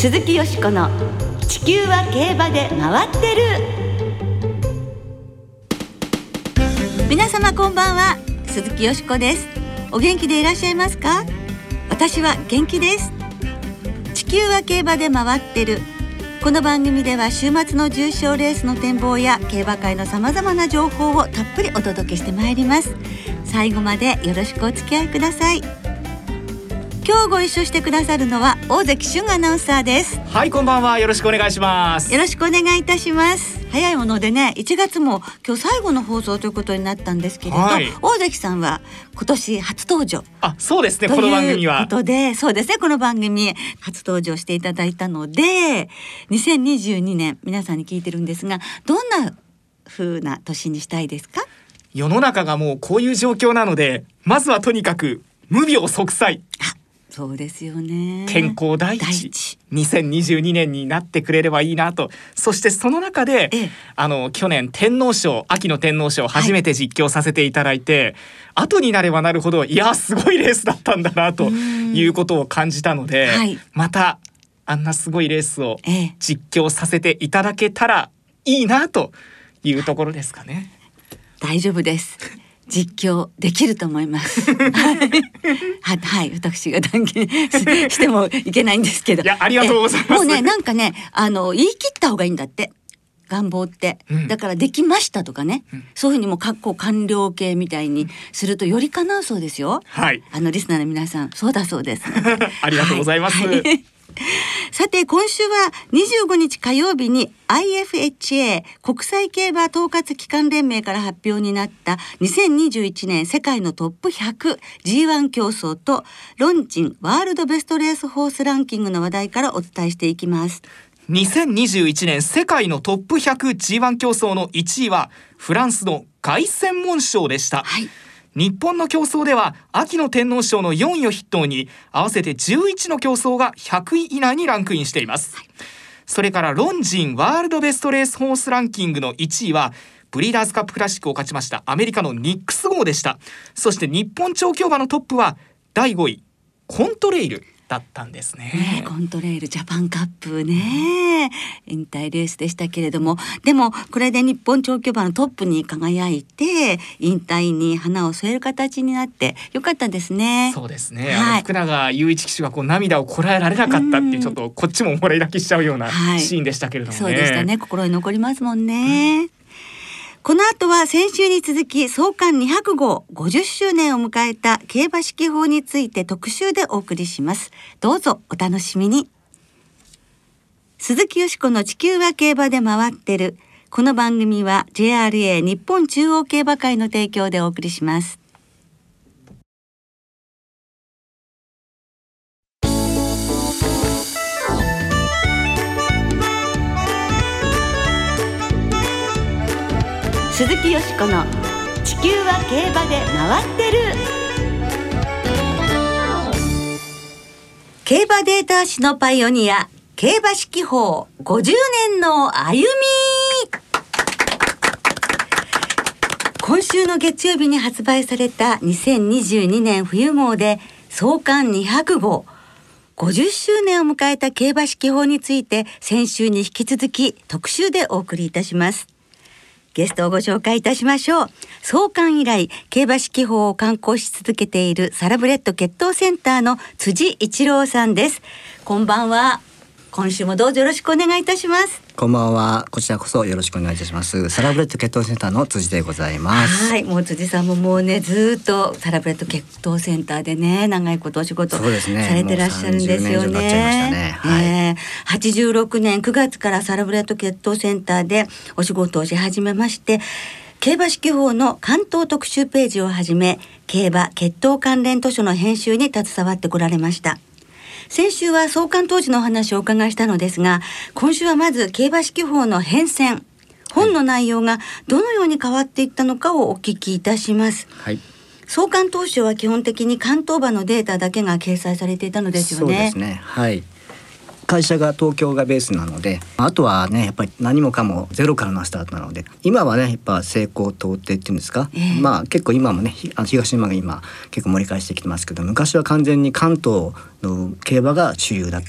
鈴木よしこの地球は競馬で回ってる。皆様こんばんは、鈴木よしこです。お元気でいらっしゃいますか？私は元気です。地球は競馬で回ってる。この番組では週末の重賞レースの展望や競馬界のさまざまな情報をたっぷりお届けしてまいります。最後までよろしくお付き合いください。今日ご一緒してくださるのは大関俊アナウンサーです。 はい、こんばんは。よろしくお願いします。 よろしくお願いいたします。早いものでね、1月も今日最後の放送ということになったんですけれど、はい、大関さんは今年初登場。 そうですね、この番組は。 ということで、そうですね、この番組初登場していただいたので、2022年皆さんに聞いてるんですが、どんな風な年にしたいですか？ 世の中がもうこういう状況なので、まずはとにかく無病息災。 そうですよね。 健康第一。2022年になってくれればいいなと。そしてその中で、去年天皇賞、秋の天皇賞初めて実況させていただいて、後になればなるほど、いやすごいレースだったんだなということを感じたので、またあんなすごいレースを実況させていただけたらいいなというところですかね。 大丈夫です。実況できると思いますはい、私が断言してもいけないんですけど、 いや、ありがとうございます。 もうね、なんかね、言い切った方がいいんだって、願望って、だからできましたとかね、そういうふうにも完了形みたいにするとより叶うそうですよ。はい、リスナーの皆さん、そうだそうですありがとうございます。 さて、今週は25日火曜日に IFHA 国際競馬統括機関連盟から発表になった2021年世界のトップ 100G1 競争とロンジンワールドベストレースホースランキングの話題からお伝えしていきます。 2021年世界のトップ 100G1 競争の1位はフランスの凱旋門賞でした。日本の競争では秋の天皇賞の4位を筆頭に合わせて11の競争が100位以内にランクインしています。それからロンジンワールドベストレースホースランキングの1位はブリーダーズカップクラシックを勝ちましたアメリカのニックス号でした。そして日本調教馬のトップは第5位コントレイルだったんですね。 コントレイルジャパンカップね、引退レースでしたけれども、でもこれで日本調教馬のトップに輝いて引退に花を添える形になってよかったですね。 そうですね、福永雄一騎手が涙をこらえられなかったっていう、ちょっとこっちももらい泣きしちゃうようなシーンでしたけれどもね。 そうでしたね、心に残りますもんね。この後は先週に続き創刊200号50周年を迎えた競馬式法について特集でお送りします。どうぞお楽しみに。鈴木よしこの地球は競馬で回ってる。この番組は JRA 日本中央競馬会の提供でお送りします。鈴木よしこの地球は競馬で回ってる。競馬データ誌のパイオニア、競馬式法50年の歩み。今週の月曜日に発売された2022年冬号で創刊200号50周年を迎えた競馬式法について先週に引き続き特集でお送りいたします。ゲストをご紹介いたしましょう。創刊以来競馬式法を刊行し続けているサラブレッド血統センターの辻一郎さんです。こんばんは。今週もどうぞよろしくお願いいたします。 こんばんは。こちらこそよろしくお願いいたします。サラブレッド血統センターの辻でございます。 はい、もう辻さんももうね、ずっとサラブレッド血統センターでね、長いことお仕事されてらっしゃるんですよね。86年9月からサラブレッド血統センターでお仕事をし始めまして、競馬式法の関東特集ページをはじめ競馬血統関連図書の編集に携わってこられました。先週は創刊当時のお話をお伺いしたのですが、今週はまず競馬式法の変遷、本の内容がどのように変わっていったのかをお聞きいたします。創刊当初は基本的に関東馬のデータだけが掲載されていたのですよね。 そうですね、はい。会社が東京がベースなので、あとはねやっぱり何もかもゼロからのスタートなので、今はねやっぱ成功到底っていうんですか、結構今もね東島が今結構盛り返してきてますけど、昔は完全に関東の競馬が主流だった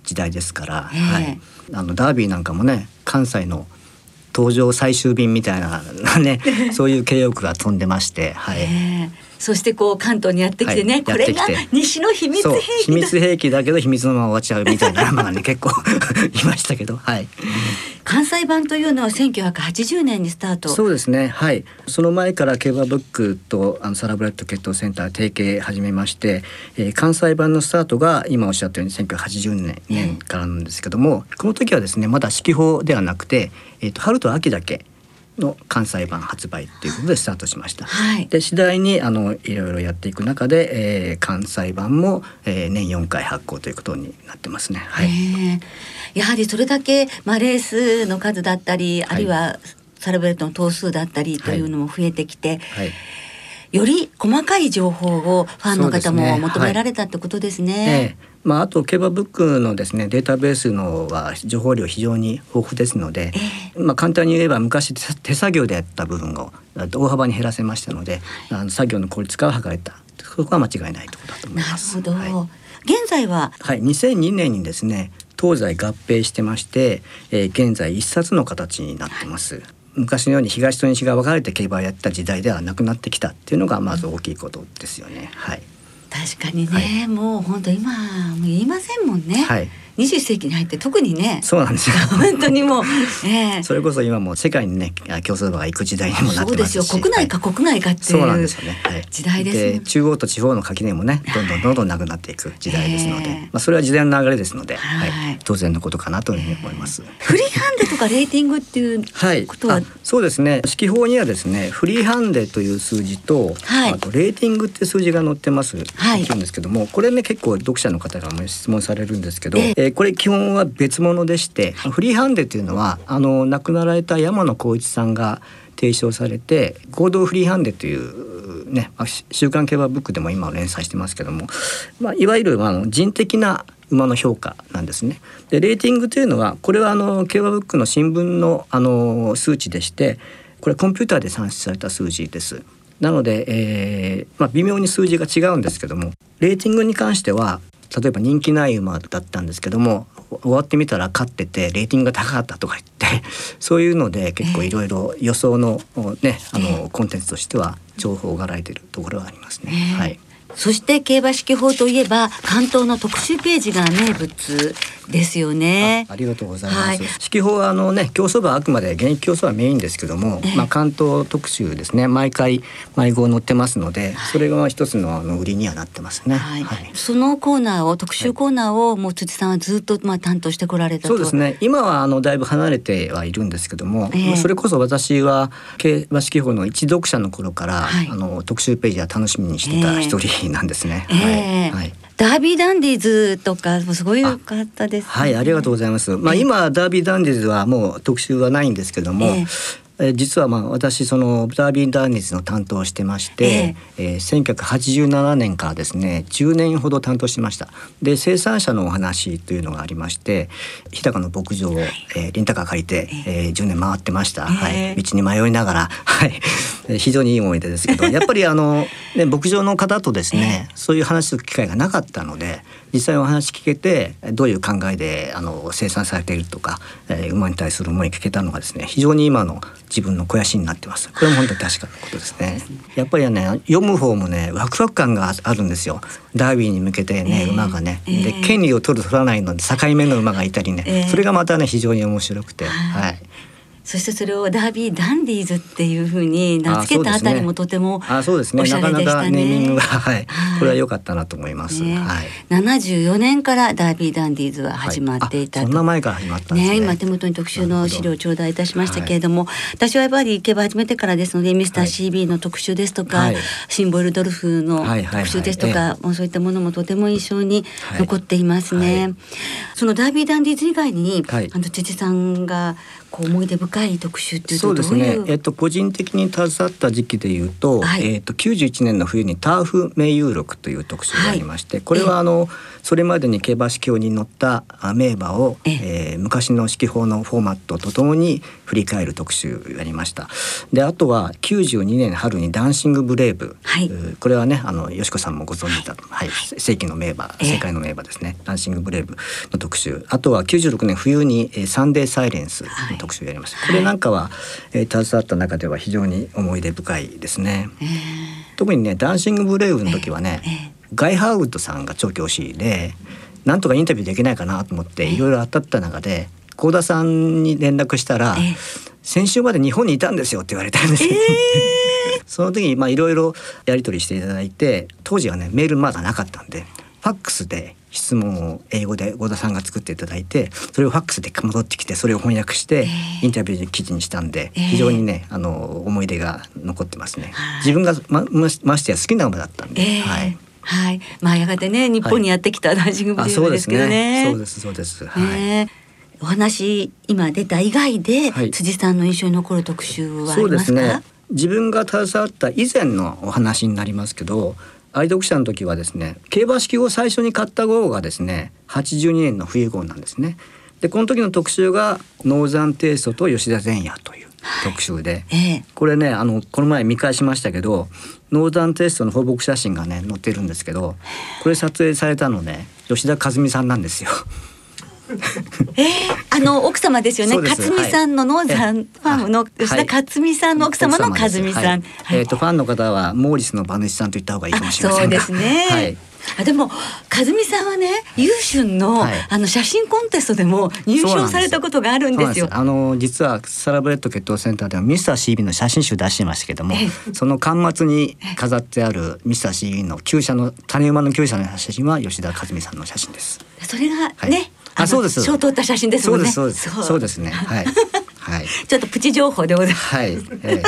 時代ですから、ダービーなんかもね関西の搭乗最終便みたいなねそういう形容詞が飛んでまして、 そしてこう関東にやってきてね、これが西の秘密兵器だ、 秘密兵器だけど秘密のまま終わっちゃうみたいな山がね結構いましたけど、 関西版というのは1980年にスタート。 そうですね、その前から競馬ブックとサラブレッド決闘センター提携始めまして、関西版のスタートが今おっしゃったように1980年からなんですけども、この時はですねまだ四季報ではなくて、春と秋だけの関西版発売ということでスタートしました。で次第にいろいろやっていく中で、関西版も、年4回発行ということになってますね。 やはりそれだけ、レースの数だったり、あるいはサラブレッドの頭数だったりというのも増えてきて、より細かい情報をファンの方も求められたってことですね。 あと競馬ブックのですねデータベースのは情報量非常に豊富ですので、簡単に言えば昔手作業でやった部分を大幅に減らせましたので、作業の効率化を図れた、そこは間違いないところだと思います。 なるほど。現在は、 2002年にですね東西合併してまして、現在一冊の形になってます。昔のように東と西が分かれて競馬をやった時代ではなくなってきたっていうのがまず大きいことですよね。 確かにね、もう本当今もう言いませんもんね。21世紀に入って特にね。 そうなんですよ本当にもう、 それこそ今もう世界にね競走馬が行く時代にもなってますし、 そうですよ、国内か国外かっていう時代ですね。 で中央と地方の垣根もねどんどんなくなっていく時代ですので、それは時代の流れですので、当然のことかなというふうに思います。 フリーハンデとかレーティングっていうことは、 そうですね、四季報にはですねフリーハンデという数字と、あとレーティングっていう数字が載ってます、んですけども、これね結構読者の方が質問されるんですけど、これ基本は別物でして、フリーハンデというのは亡くなられた山野浩一さんが提唱されて、合同フリーハンデというね、週刊競馬ブックでも今連載してますけども、いわゆる人的な馬の評価なんですね。でレーティングというのはこれは競馬ブックの新聞の数値でして、これコンピューターで算出された数字です。なので、微妙に数字が違うんですけども、レーティングに関しては例えば人気ない馬だったんですけども、終わってみたら勝っててレーティングが高かったとか言ってそういうので結構いろいろ予想の、コンテンツとしては情報がられているところはありますね。 そして競馬四季報といえば関東の特集ページが名物ですよね。 ありがとうございます。四季報は競走馬はあくまで現役競走馬メインですけども、関東特集ですね、毎回毎号載ってますので、それが一つの売りにはなってますね。 そのコーナーを特集コーナーをもう辻さんはずっと担当してこられたと。 そうですね、今はだいぶ離れてはいるんですけども、それこそ私は競馬四季報の一読者の頃から、特集ページは楽しみにしてた一人なんですね。 ダービーダンディーズとかすごい良かったですね。 ありがとうございます。今ダービーダンディーズはもう特集はないんですけども、実は私そのダービーダンディーズの担当をしてまして、1987年からですね10年ほど担当しました。で生産者のお話というのがありまして、日高の牧場を、リンタカー借りて、10年回ってました。道に迷いながら、非常にいい思い出ですけど、やっぱり牧場の方とですね、そういう話する機会がなかったので、実際お話聞けてどういう考えで生産されているとか、馬に対する思い聞けたのがですね、非常に今の自分の肥やしになってます。これも本当に確かなことですね。やっぱり読む方もねワクワク感があるんですよ。ダービーに向けてね、馬がね、で権利を取る取らないので境目の馬がいたりね、それがまたね非常に面白くて、 そしてそれをダービーダンディーズっていう風に名付けたあたりもとてもおしゃれでしたね。 なかなかネーミングが、これは良かったなと思います。 74年からダービーダンディーズは始まっていたと。 そんな前から始まったんですね。 今手元に特集の資料を頂戴いたしましたけれども、私はやっぱり競馬始めてからですので、ミスター CB の特集ですとか、シンボルドルフの特集ですとか、そういったものもとても印象に残っていますね。そのダービーダンディーズ以外に、辻さんがこう思い出深い特集っていうとどういう？そうですね。個人的に携わった時期でいうと、91年の冬にターフ名優録という特集がありまして、これはそれまでに競馬式表に載った名馬を、昔の式法のフォーマットとともに振り返る特集やりました。であとは92年春にダンシングブレイブ、これはねよしこさんもご存知だと、世紀の名馬、世界の名馬ですね、ダンシングブレイブの特集、あとは96年冬に、サンデーサイレンスの特集やりました。これなんかは、携わった中では非常に思い出深いですね。特にねダンシングブレイブの時はね、ガイ・ハーウッドさんが超教師でなんとかインタビューできないかなと思っていろいろ当たった中で幸田さんに連絡したら、先週まで日本にいたんですよって言われたんですよ、その時にいろいろやり取りしていただいて、当時はねメールまだなかったんでファックスで質問を英語で幸田さんが作っていただいて、それをファックスで戻ってきてそれを翻訳してインタビュー記事にしたんで、非常にね思い出が残ってますね。自分が ましてや好きな馬だったんで、 やがてね日本にやってきたダンシングブレイブですけどね。 そうです。 お話今出た以外で、辻さんの印象に残る特集はありますか？ 自分が携わった以前のお話になりますけど、愛読者の時はですね、競馬式を最初に買った号がですね82年の冬号なんですね。でこの時の特集がノーザンテイストと吉田前夜という特集で、これねこの前見返しましたけど、ノーザンテイストの放牧写真がね載ってるんですけど、これ撮影されたのね吉田和美さんなんですよ。 奥様ですよね。勝美さんのノーザンファームの吉田勝美さんの奥様の和美さん。ファンの方はモーリスの馬主さんと言った方がいいかもしれませんが。 そうですね。でも和美さんはね、優春の、写真コンテストでも入賞されたことがあるんですよ。 実はサラブレッド血統センターではミスター CB の写真集出してましたけども、その巻末に飾ってあるミスター CB の厩舎の種馬の厩舎の写真は吉田和美さんの写真です。 それがね、 そうです。 賞を取った写真ですもんね。 そうですね。 ちょっとプチ情報でございます。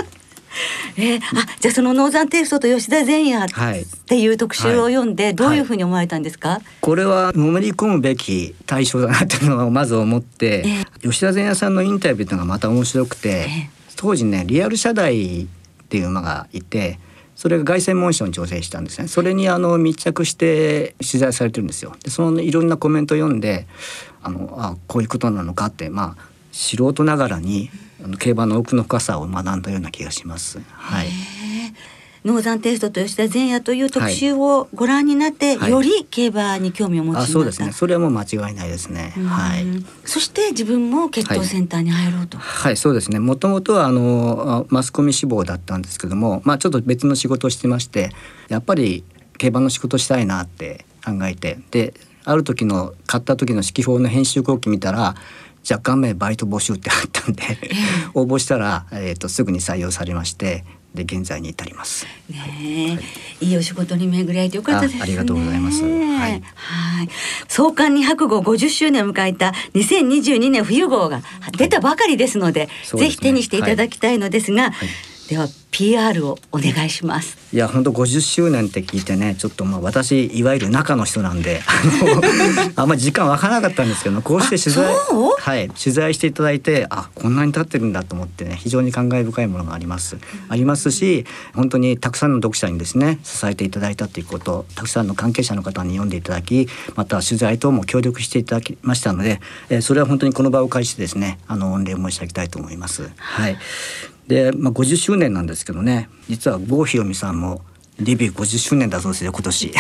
じゃあそのノーザンテイストと吉田前夜っていう特集を読んでどういうふうに思われたんですか？ これはのめり込むべき対象だなっていうのをまず思って、吉田前夜さんのインタビューっていうのがまた面白くて、当時ねリアル社台っていう馬がいて、それが凱旋門賞に挑戦したんですね。それに密着して取材されてるんですよ。でそのいろんなコメントを読んでこういうことなのかって素人ながらに競馬の奥の深さを学んだような気がします。 ノーザンテイストと吉田前夜という特集をご覧になって、より競馬に興味を持ちになった。 そうですね。それはもう間違いないですね。 そして自分も血統センターに入ろうと。 そうですね。もともとはマスコミ志望だったんですけども、ちょっと別の仕事をしてまして、やっぱり競馬の仕事したいなって考えて、である時の買った時の式法の編集後期見たら若干名バイト募集ってあったんで、応募したら、すぐに採用されまして、で現在に至ります。 いいお仕事に巡り合えてよかったですね。 ありがとうございます。 創刊200号50周年を迎えた2022年冬号が出たばかりですので、ぜひ手にしていただきたいのですが、では PR をお願いします。 いや本当50周年って聞いてね、ちょっと私いわゆる中の人なんであんまり時間わからなかったんですけど、こうして取材していただいて、こんなに経ってるんだと思ってね、非常に感慨深いものがありますし、本当にたくさんの読者にですね支えていただいたということ、たくさんの関係者の方に読んでいただき、また取材等も協力していただきましたので、それは本当にこの場を介してですね御礼申し上げたいと思います。で50周年なんですけどね、実は郷ひろみさんもデビュー50周年だそうですよ今年。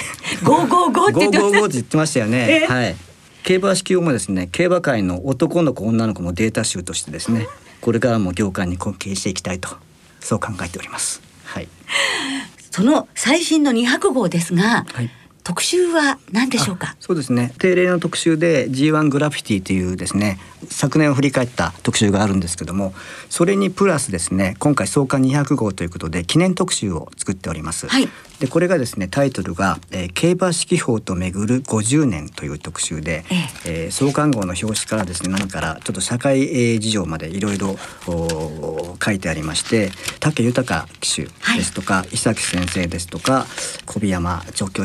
555って言ってましたよね。競馬式をもですね、競馬界の男の子女の子のデータ集としてですね、これからも業界に貢献していきたいと、そう考えております。 その最新の200号ですが、特集は何でしょうか？ そうですね、定例の特集で G1 グラフィティというですね昨年を振り返った特集があるんですけども、それにプラスですね今回創刊200号ということで記念特集を作っております。でこれがですねタイトルが、競馬式法とめぐる50年という特集で、創刊号の表紙からですね何からちょっと社会、事情までいろいろ書いてありまして、武豊騎手ですとか、伊崎先生ですとか、小檜山調教師さ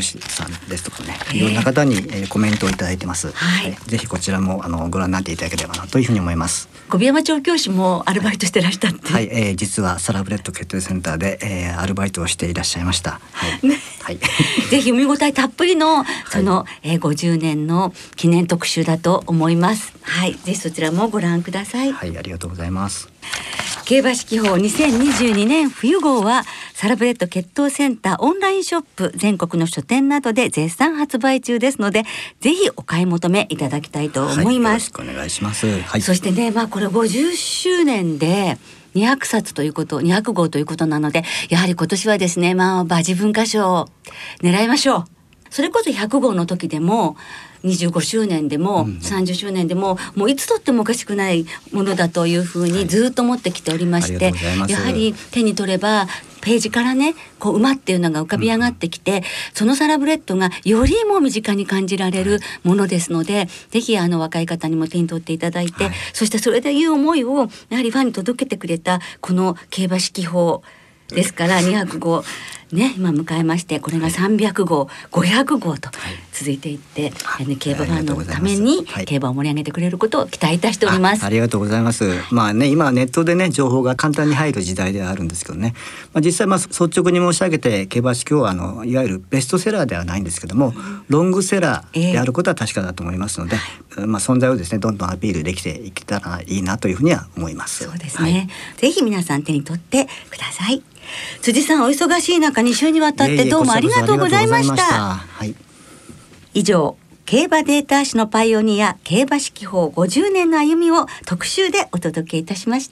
さんですとかね、いろんな方にコメントをいただいてます。ぜひこちらもご覧になっていただければなというふうに思います。 小宮山調教師もアルバイトしてらしたって。 はい、実はサラブレッド決定センターで、アルバイトをしていらっしゃいました。 ぜひ見応えたっぷりのその、50年の記念特集だと思います。ぜひそちらもご覧ください。 ありがとうございます。 競馬式法2022年冬号はサラブレッド決闘センターオンラインショップ全国の書店などで絶賛発売中ですので、ぜひお買い求めいただきたいと思います。 よろしくお願いします。 そしてね、これ50周年で200冊ということ200号ということなので、やはり今年はですね、馬事文化賞を狙いましょう。それこそ100号の時でも25周年でも30周年でも、もういつとってもおかしくないものだというふうにずっと思ってきておりまして、やはり手に取ればページからね、こう馬っていうのが浮かび上がってきて、そのサラブレッドがよりも身近に感じられるものですので、ぜひ若い方にも手に取っていただいて、そしてそれでいう思いをやはりファンに届けてくれたこの競馬式法ですから200号ね、今迎えまして、これが300号、500号と続いていって、競馬ファンのために競馬を盛り上げてくれることを期待いたしております。 ありがとうございます。今はネットでね、情報が簡単に入る時代ではあるんですけどね、実際率直に申し上げて、競馬式法はいわゆるベストセラーではないんですけども、ロングセラーであることは確かだと思いますので、存在をですね、どんどんアピールできていけたらいいなというふうには思います。 そうですね、ぜひ皆さん手に取ってください。辻さん、お忙しい中2週にわたってどうもありがとうございました。以上、競馬データ誌のパイオニア競馬式法50年の歩みを特集でお届けいたしました。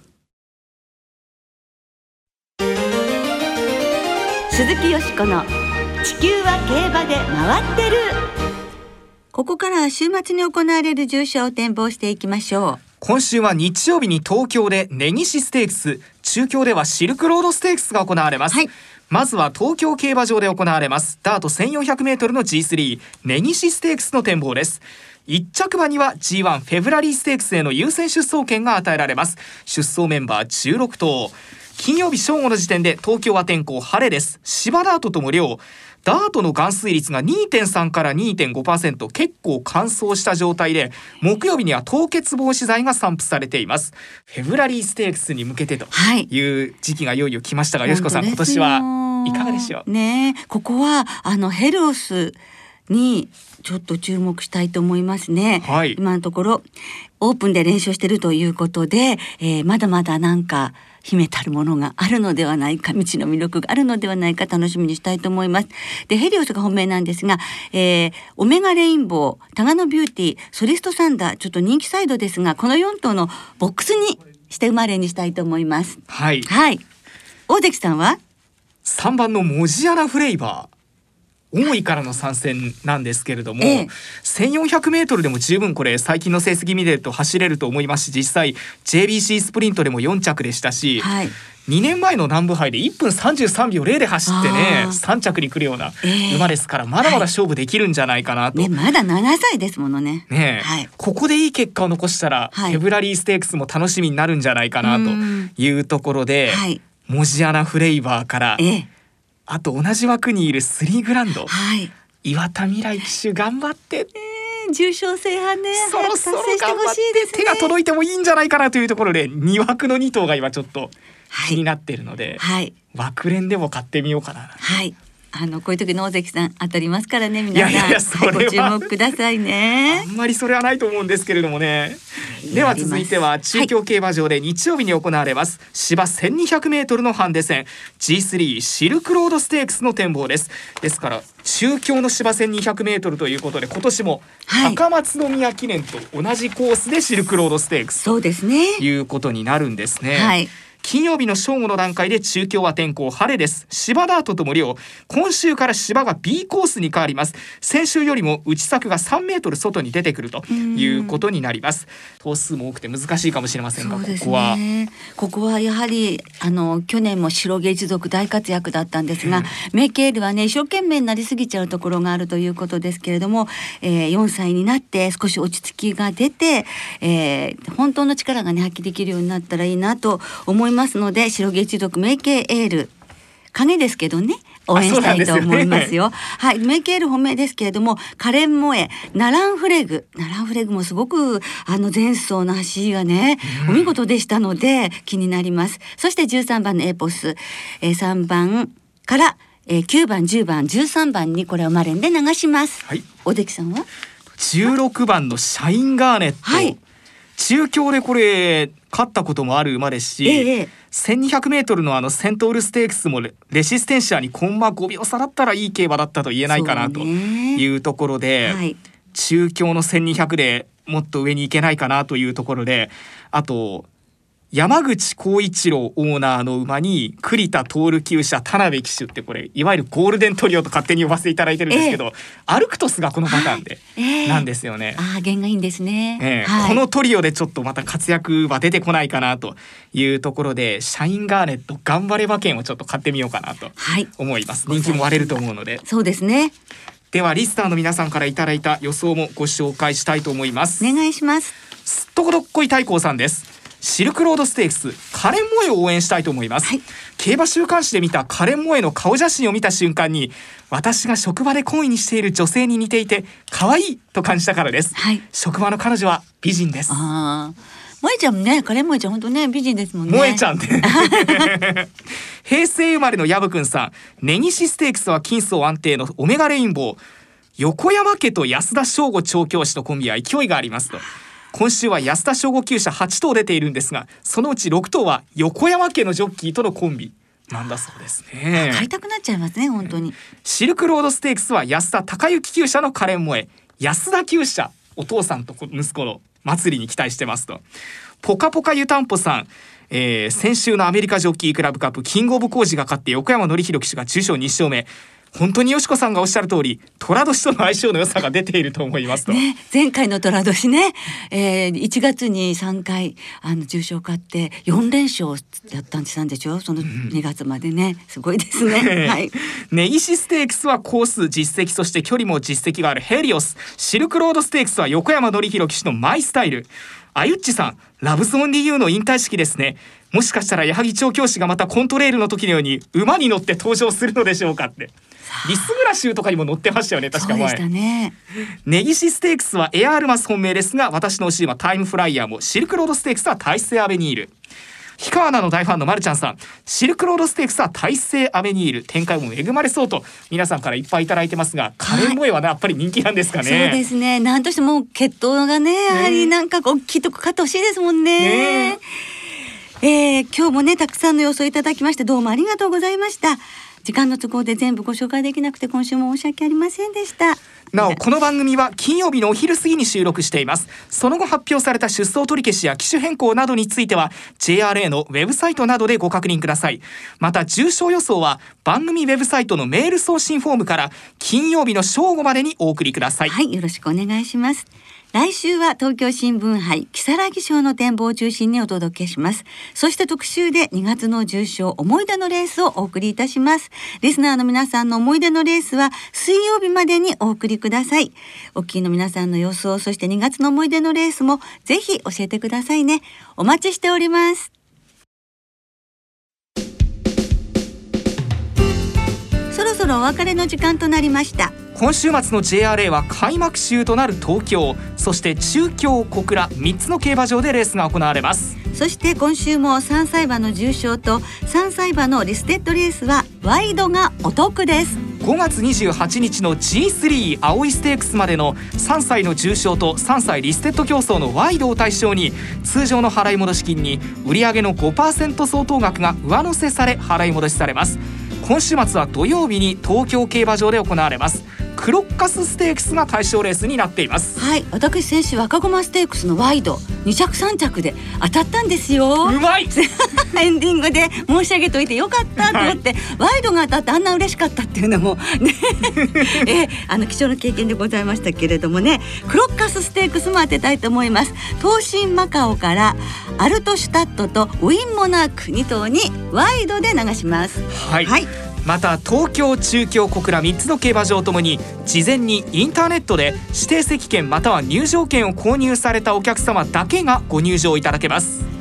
鈴木よしこの地球は競馬で回ってる。ここからは週末に行われる重賞を展望していきましょう。 今週は日曜日に東京で根岸ステークス、中京ではシルクロードステークスが行われます。まずは東京競馬場で行われますダート 1400m の G3 根岸ステークスの展望です。1着馬には G1 フェブラリーステークスへの優先出走権が与えられます。出走メンバー16頭。金曜日正午の時点で東京は天候晴れです。芝ダートとも良、ダートの含水率が 2.3 から 2.5%、 結構乾燥した状態で、木曜日には凍結防止剤が散布されています。フェブラリーステークスに向けてという時期がいよいよ来ましたが、よしこさん、今年はいかがでしょうね。ここはヘルオスにちょっと注目したいと思いますね。今のところオープンで連勝しているということで、まだまだ秘めたるものがあるのではないか、未知の魅力があるのではないか、楽しみにしたいと思います。で、ヘリオスが本命なんですが、オメガレインボー、タガノビューティー、ソリストサンダー、ちょっと人気サイドですが、この4頭のボックスにして馬連にしたいと思います。大関さんは 3番のモジアナフレイバー、大井からの参戦なんですけれども、1400m でも十分これ最近の成績見てると走れると思いますし、実際 JBC スプリントでも4着でしたし、2年前の南部杯で1分33秒0で走ってね、3着に来るような馬ですから、まだまだ勝負できるいうじゃないかなと、 まだ7歳ですものね。 ここでいい結果を残したら、フェブラリーステークスも楽しみになるんじゃないかなというところで、モジアナフレイバーから、あと同じ枠にいる3グランド、岩田未来騎手頑張って、 重賞制覇ね、 そろそろ頑張って手が届いてもいいんじゃないかなというところで、2枠の2頭が今ちょっと気になっているので、枠連でも買ってみようかな。 こういう時の大関さん当たりますからね、皆さんご注目くださいね。 あんまりそれはないと思うんですけれどもね。では続いては中京競馬場で日曜日に行われます芝 1200m のハンデ戦 G3 シルクロードステークスの展望です。ですから中京の芝 1200m ということで、今年も高松宮記念と同じコースでシルクロードステークスということになるんですね。金曜日の正午の段階で中京は天候晴れです。芝ダートとも良、今週から芝が B コースに変わります。先週よりも内柵が3メートル外に出てくるということになります。頭数も多くて難しいかもしれませんが、 ここはやはり去年も白毛一族大活躍だったんですが、メイケールはね、一生懸命になりすぎちゃうところがあるということですけれども、4歳になって少し落ち着きが出て、本当の力がね発揮できるようになったらいいなと思いますので、白毛一族メイケーエール、影ですけどね、 応援したいと思いますよ。はい、メケール本命ですけれども、カレンモエ、ナランフレグもすごく前走の走りがね、お見事でしたので気になります。そして13番のエポス、3番から9番10番13番にこれをマレンで流します。はい、おできさんは 16番のシャインガーネット、はい、中京でこれ勝ったこともある馬ですし、1200m のセントウルステークスもレシステンシアにコンマ5秒差だったらいい競馬だったと言えないかなというところで、はい、中京の1200でもっと上に行けないかなというところで、あと山口浩一郎オーナーの馬に栗田徹厩舎田辺騎手って、これいわゆるゴールデントリオと勝手に呼ばせていただいてるんですけど、アルクトスがこのパターンで、なんですよね。 弦がいいんですね、 はい、このトリオでちょっとまた活躍は出てこないかなというところで、シャインガーネット頑張れ馬券をちょっと買ってみようかなと思います、はい、人気も割れると思うので。 そうですね。 ではリスターの皆さんからいただいた予想もご紹介したいと思います。 お願いします。 すっとこどっこい太閤さんです。シルクロードステークスカレンモエを応援したいと思います、はい、競馬週刊誌で見たカレンモエの顔写真を見た瞬間に、私が職場で懇意にしている女性に似ていて可愛いと感じたからです、はい、職場の彼女は美人です。 萌えちゃんね、カレン萌えちゃん本当ね美人ですもんね。 萌えちゃんって平成生まれのヤブくんさん、根岸ステークスは金層安定のオメガレインボー、横山家と安田翔吾調教師のコンビは勢いがありますと。今週は安田翔吾厩舎8頭出ているんですが、そのうち6頭は横山家のジョッキーとのコンビなんだそうですね。 買いたくなっちゃいますね本当に。 シルクロードステークスは安田孝之厩舎のカレン萌え、安田厩舎お父さんと息子の祭りに期待してますと。ポカポカ湯たんぽさん、先週のアメリカジョッキークラブカップキングオブコージが勝って横山典弘騎手が重賞2勝目。本当によしこさんがおっしゃる通り、寅年との相性の良さが出ていると思いますと、 ね、前回の寅年ね、1月に3回重賞勝って4連勝やったんでしょ、その2月までね、すごいですね、はい、 根岸ステークスはコース実績、そして距離も実績があるヘリオス。シルクロードステークスは横山典弘騎手のマイスタイル。あゆっちさん、ラブゾーン DU の引退式ですね。もしかしたら矢作調教師がまたコントレールの時のように馬に乗って登場するのでしょうかって。リスグラシューとかにも乗ってましたよね、確か前。 そうでしたね。 根岸ステークスはエアールマス本命ですが、私の推し馬タイムフライヤーも。シルクロードステークスは大西アベニール。氷川アナの大ファンのマルちゃんさん、シルクロードステークスは大西アベニール、展開も恵まれそうと皆さんからいっぱいいただいてますが、カレン萌えはね、やっぱり人気なんですかね。 そうですね、なんとしても血統がね、やはりなんか大きいとこ勝ってほしいですもんね。今日もねたくさんの予想いただきましてどうもありがとうございました。時間の都合で全部ご紹介できなくて今週も申し訳ありませんでした。 なおこの番組は金曜日のお昼過ぎに収録しています。その後発表された出走取り消しや機種変更などについては JRA のウェブサイトなどでご確認ください。また重賞予想は番組ウェブサイトのメール送信フォームから金曜日の正午までにお送りください。 はい、よろしくお願いします。来週は東京新聞杯木更木賞の展望を中心にお届けします。そして特集で2月の重賞思い出のレースをお送りいたします。リスナーの皆さんの思い出のレースは水曜日までにお送りください。お聞きの皆さんの予想、そして2月の思い出のレースもぜひ教えてくださいね。お待ちしております。そろそろお別れの時間となりました。 今週末の JRA は開幕週となる東京、そして中京、小倉3つの競馬場でレースが行われます。 そして今週も3歳馬の重賞と3歳馬のリステッドレースはワイドがお得です。 5月28日の G3 青いステークスまでの3歳の重賞と3歳リステッド競争のワイドを対象に、通常の払い戻し金に売上の 5% 相当額が上乗せされ払い戻しされます。今週末は土曜日に東京競馬場で行われますクロッカスステークスが対象レースになっています。 はい、私先週赤駒ステークスのワイド2着3着で当たったんですよ。 うまいエンディングで申し上げといてよかったと思って、はい、ワイドが当たってあんな嬉しかったっていうのもね貴重な経験でございましたけれどもね、クロッカスステークスも当てたいと思います。東進マカオからアルトシュタットとウィンモナーク2頭にワイドで流します。 はい、はい、また東京、中京、小倉3つの競馬場ともに事前にインターネットで指定席券または入場券を購入されたお客様だけがご入場いただけます。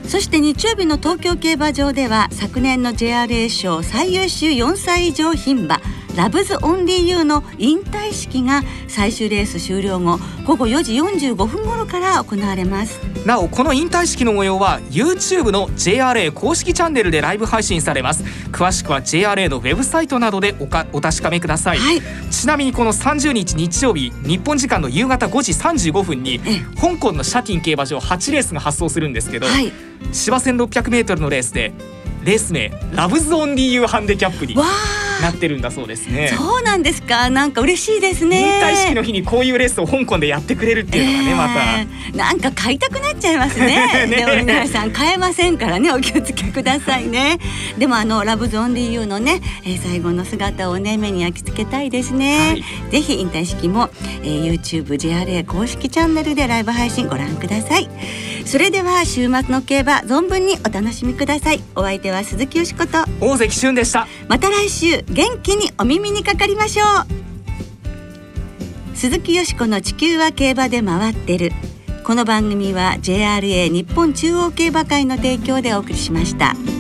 そして日曜日の東京競馬場では昨年の JRA 賞最優秀4歳以上牝馬ラブズオンリーユーの引退式が最終レース終了後午後4時45分頃から行われます。 なおこの引退式の模様は YouTube の JRA 公式チャンネルでライブ配信されます。詳しくは JRA のウェブサイトなどでお確かめください、はい、ちなみにこの30日日曜日日本時間の夕方5時35分に香港のシャティン競馬場8レースが発走するんですけど、はい、芝 1600m のレースでレース名ラブズオンリーユーハンデキャップになってるんだそうですね。 そうなんですか。なんか嬉しいですね。 引退式の日にこういうレースを香港でやってくれるっていうのがね、またなんか買いたくなっちゃいますねでも皆さん買えませんからね、お気をつけくださいねでもラブズオンリーユーのね、最後の姿をね目に焼き付けたいですね、はい、ぜひ引退式も、YouTube JRA 公式チャンネルでライブ配信ご覧ください。それでは週末の競馬存分にお楽しみください。お相手は鈴木よしこと大関俊でした。 また来週元気にお耳にかかりましょう。鈴木よしこの地球は競馬で回ってる。この番組は JRA 日本中央競馬会の提供でお送りしました。